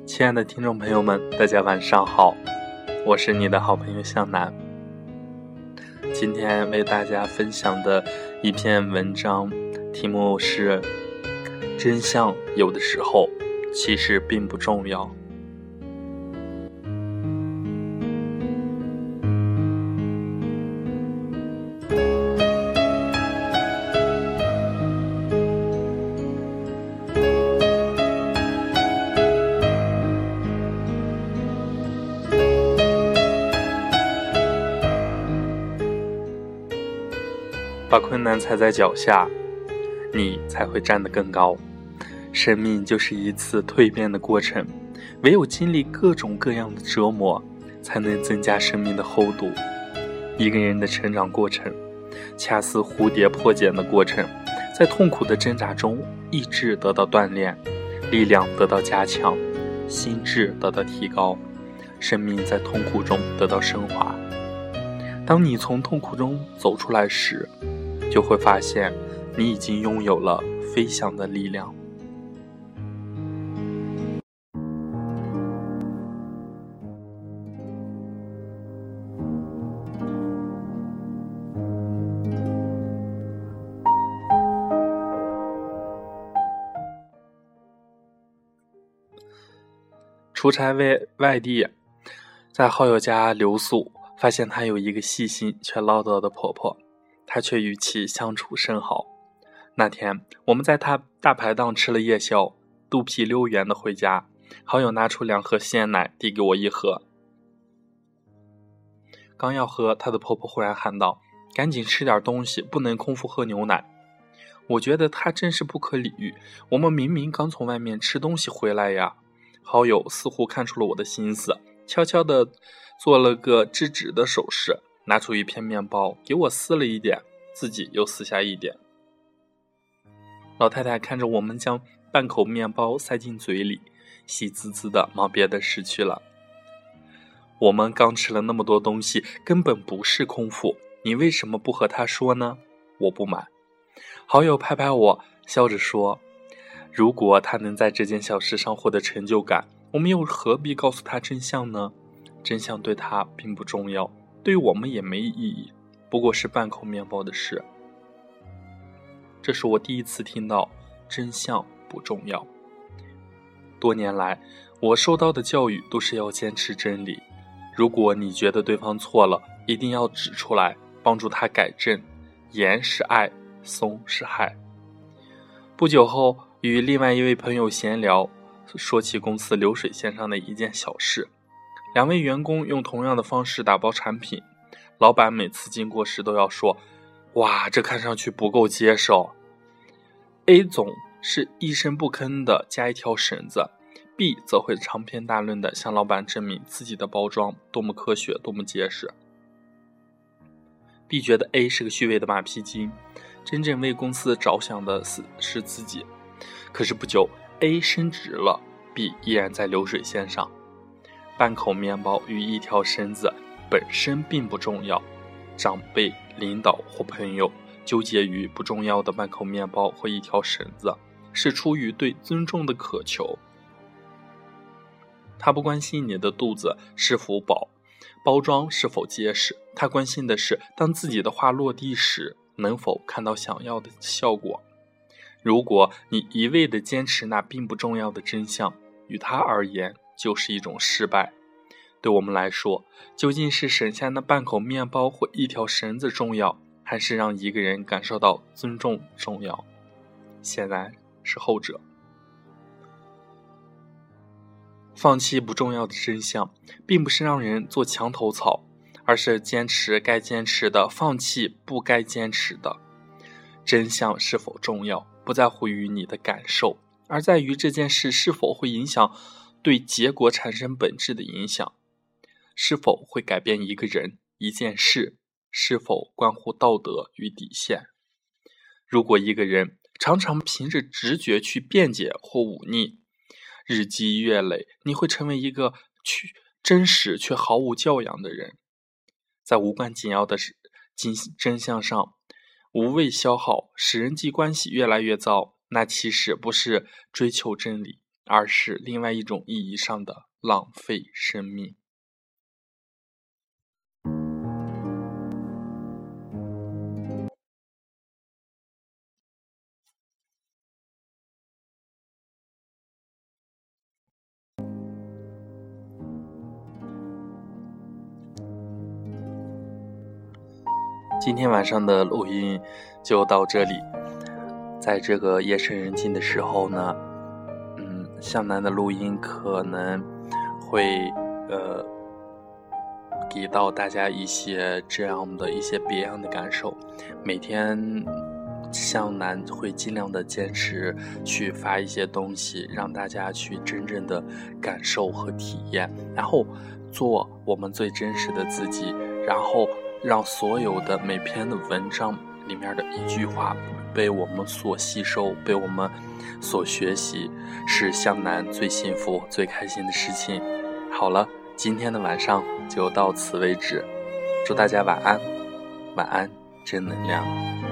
亲爱的听众朋友们，大家晚上好，我是你的好朋友向南。今天为大家分享的一篇文章，题目是真相有的时候其实并不重要。把困难踩在脚下，你才会站得更高。生命就是一次蜕变的过程，唯有经历各种各样的折磨，才能增加生命的厚度。一个人的成长过程，恰似蝴蝶破茧的过程，在痛苦的挣扎中，意志得到锻炼，力量得到加强，心智得到提高，生命在痛苦中得到升华。当你从痛苦中走出来时，就会发现你已经拥有了飞翔的力量。出差外地，在好友家留宿，发现她有一个细心却唠叨的婆婆，她却与其相处甚好。那天我们在她大排档吃了夜宵，肚皮溜圆的回家，好友拿出2盒鲜奶递给我1盒。刚要喝，她的婆婆忽然喊道：赶紧吃点东西，不能空腹喝牛奶。我觉得她真是不可理喻，我们明明刚从外面吃东西回来呀。好友似乎看出了我的心思，悄悄地做了个制止的手势，拿出一片面包给我撕了一点，自己又撕下一点。老太太看着我们将半口面包塞进嘴里，喜滋滋的忙别的事去了。我们刚吃了那么多东西，根本不是空腹，你为什么不和她说呢？我不满。好友拍拍我，笑着说，如果他能在这件小事上获得成就感，我们又何必告诉他真相呢？真相对他并不重要，对我们也没意义，不过是半口面包的事。这是我第一次听到真相不重要。多年来，我受到的教育都是要坚持真理。如果你觉得对方错了，一定要指出来，帮助他改正。严是爱，松是害。不久后，与另外一位朋友闲聊，说起公司流水线上的一件小事。2位员工用同样的方式打包产品，老板每次经过时都要说，哇，这看上去不够结实。A 总是一声不吭地加一条绳子， B 则会长篇大论地向老板证明自己的包装多么科学，多么结实。B 觉得 A 是个虚伪的马屁精，真正为公司着想的是自己。可是不久 A 升职了， B 依然在流水线上。半口面包与一条绳子本身并不重要，长辈、领导或朋友纠结于不重要的半口面包或一条绳子，是出于对尊重的渴求。他不关心你的肚子是否饱，包装是否结实，他关心的是当自己的话落地时能否看到想要的效果。如果你一味地坚持那并不重要的真相，与他而言就是一种失败。对我们来说，究竟是省下那半口面包或一条绳子重要，还是让一个人感受到尊重重要？显然是后者。放弃不重要的真相，并不是让人做墙头草，而是坚持该坚持的，放弃不该坚持的。真相是否重要，不在乎于你的感受，而在于这件事是否会影响对结果产生本质的影响，是否会改变一个人、一件事，是否关乎道德与底线。如果一个人常常凭着直觉去辩解或忤逆，日积月累，你会成为一个真实却毫无教养的人。在无关紧要的真相上无谓消耗，使人际关系越来越糟，那其实不是追求真理， 而是另外一种意义上的浪费生命。今天晚上的录音就到这里。在这个夜深人静的时候呢，向南的录音可能会给到大家一些这样的一些别样的感受。每天向南会尽量的坚持去发一些东西，让大家去真正的感受和体验，然后做我们最真实的自己，然后让所有的每篇的文章里面的一句话被我们所吸收，被我们所学习，是向南最幸福最开心的事情。好了，今天的晚上就到此为止，祝大家晚安，晚安，正能量。